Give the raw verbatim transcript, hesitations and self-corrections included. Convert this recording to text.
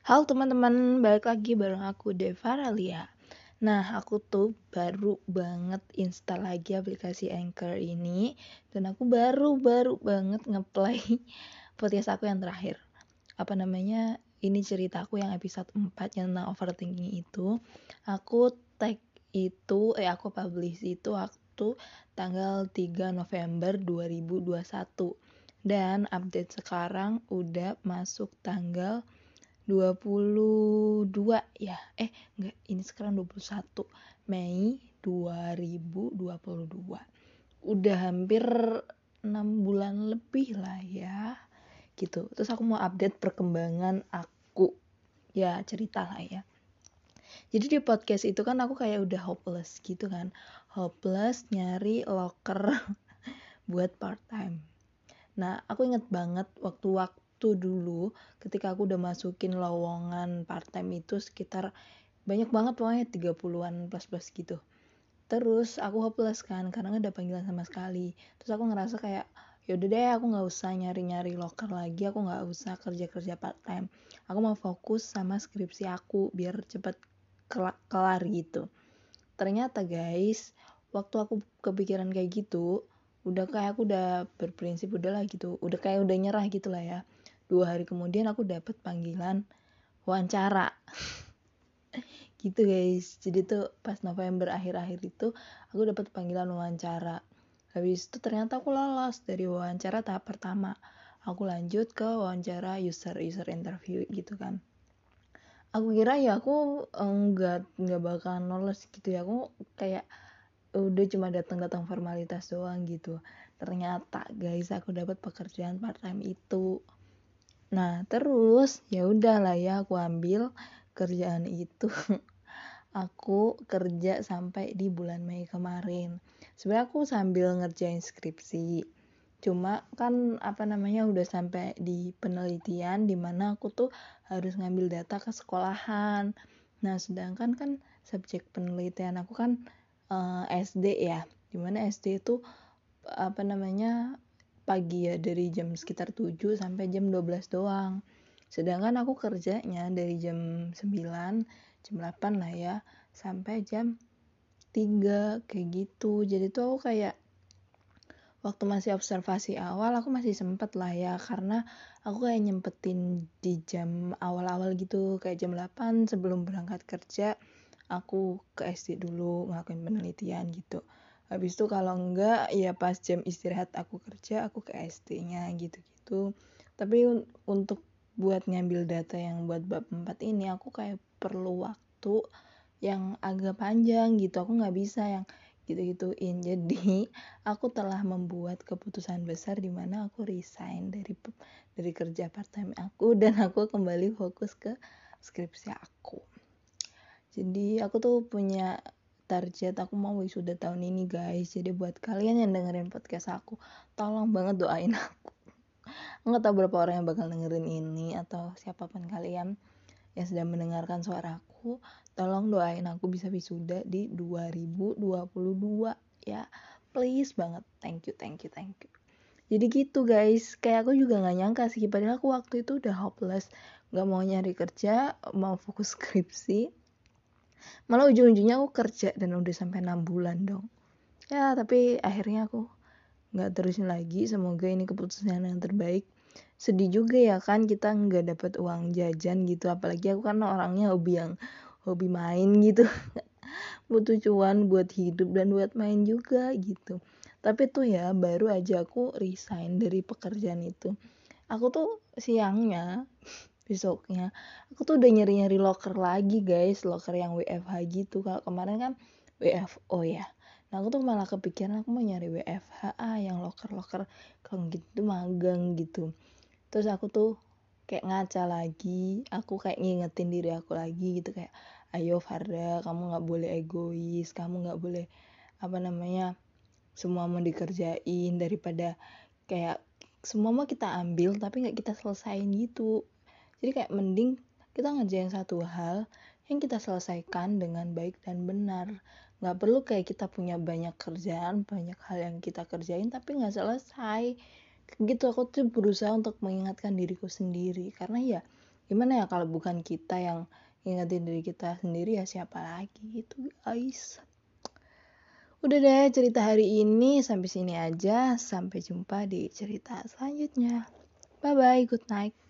Halo teman-teman, balik lagi bareng aku Deva Ralia. Nah, aku tuh baru banget install lagi aplikasi Anchor ini. Dan aku baru-baru banget ngeplay podcast aku yang terakhir. Apa namanya, ini ceritaku yang episode empat yang tentang overthinking itu. Aku tag itu, eh aku publish itu waktu tanggal tiga November dua ribu dua puluh satu. Dan update sekarang udah masuk tanggal dua puluh dua ya eh enggak ini sekarang dua puluh satu Mei dua ribu dua puluh dua, udah hampir enam bulan lebih lah ya gitu. Terus aku mau update perkembangan aku, ya cerita lah ya. Jadi di podcast itu kan aku kayak udah hopeless gitu kan, hopeless nyari loker buat part time. Nah, aku inget banget waktu-waktu dulu ketika aku udah masukin lowongan part-time itu sekitar banyak banget pokoknya tiga puluhan plus-plus gitu. Terus aku hopeless kan karena gak ada panggilan sama sekali. Terus aku ngerasa kayak yaudah deh aku gak usah nyari-nyari loker lagi, aku gak usah kerja-kerja part-time. Aku mau fokus sama skripsi aku biar cepet kelar gitu. Ternyata guys, waktu aku kepikiran kayak gitu, udah kayak aku udah berprinsip udah lah gitu, udah kayak udah nyerah gitu lah ya. Dua hari kemudian aku dapet panggilan wawancara gitu guys. Jadi tuh pas November akhir-akhir itu aku dapet panggilan wawancara. Habis itu ternyata aku lolos dari wawancara tahap pertama, aku lanjut ke wawancara user user interview gitu kan. Aku kira ya aku enggak enggak bakalan lolos gitu ya, aku kayak udah cuma datang-datang formalitas doang gitu. Ternyata guys aku dapat pekerjaan part time itu. Nah terus ya udahlah ya aku ambil kerjaan itu. Aku kerja sampai di bulan Mei kemarin. Sebenarnya aku sambil ngerjain skripsi, cuma kan apa namanya udah sampai di penelitian dimana aku tuh harus ngambil data ke sekolahan. Nah sedangkan kan subjek penelitian aku kan Uh, S D ya, dimana S D itu apa namanya pagi ya, dari jam sekitar tujuh sampai jam dua belas doang. Sedangkan aku kerjanya dari jam sembilan, jam delapan lah ya, sampai jam tiga kayak gitu. Jadi tuh aku kayak waktu masih observasi awal aku masih sempet lah ya, karena aku kayak nyempetin di jam awal-awal gitu, kayak jam delapan sebelum berangkat kerja aku ke S D dulu ngelakuin penelitian gitu. Habis itu kalau enggak ya pas jam istirahat aku kerja aku ke S D-nya gitu-gitu. Tapi un- untuk buat ngambil data yang buat bab empat ini aku kayak perlu waktu yang agak panjang gitu. Aku nggak bisa yang gitu-gituin. Jadi aku telah membuat keputusan besar di mana aku resign dari dari kerja part time aku dan aku kembali fokus ke skripsi aku. Jadi aku tuh punya target, aku mau wisuda tahun ini guys. Jadi buat kalian yang dengerin podcast aku, tolong banget doain aku. Nggak tahu berapa orang yang bakal dengerin ini atau siapapun kalian yang sedang mendengarkan suaraku, tolong doain aku bisa wisuda di dua ribu dua puluh dua ya. Please banget. Thank you, thank you, thank you. Jadi gitu guys, kayak aku juga gak nyangka sih, padahal aku waktu itu udah hopeless, gak mau nyari kerja, mau fokus skripsi, malah ujung-ujungnya aku kerja dan udah sampai enam bulan dong ya. Tapi akhirnya aku nggak terusin lagi, semoga ini keputusan yang terbaik. Sedih juga ya kan kita nggak dapat uang jajan gitu, apalagi aku kan orangnya hobi yang hobi main gitu butuh cuan buat hidup dan buat main juga gitu. Tapi tuh ya baru aja aku resign dari pekerjaan itu, aku tuh siangnya besoknya aku tuh udah nyari-nyari loker lagi guys, loker yang W F H gitu. Kalau kemarin kan W F O ya, nah aku tuh malah kepikiran aku mau nyari W F H ah, yang loker-loker kalau gitu magang gitu. Terus aku tuh kayak ngaca lagi, aku kayak ngingetin diri aku lagi gitu, kayak ayo Farda, kamu nggak boleh egois, kamu nggak boleh apa namanya semua mau dikerjain, daripada kayak semua mau kita ambil tapi nggak kita selesain gitu. Jadi kayak mending kita ngerjain satu hal yang kita selesaikan dengan baik dan benar. Nggak perlu kayak kita punya banyak kerjaan, banyak hal yang kita kerjain tapi nggak selesai gitu. Aku tuh berusaha untuk mengingatkan diriku sendiri, karena ya Gimana ya kalau bukan kita yang ingetin diri kita sendiri, ya siapa lagi gitu guys. Udah deh, cerita hari ini sampai sini aja. Sampai jumpa di cerita selanjutnya. Bye bye, good night.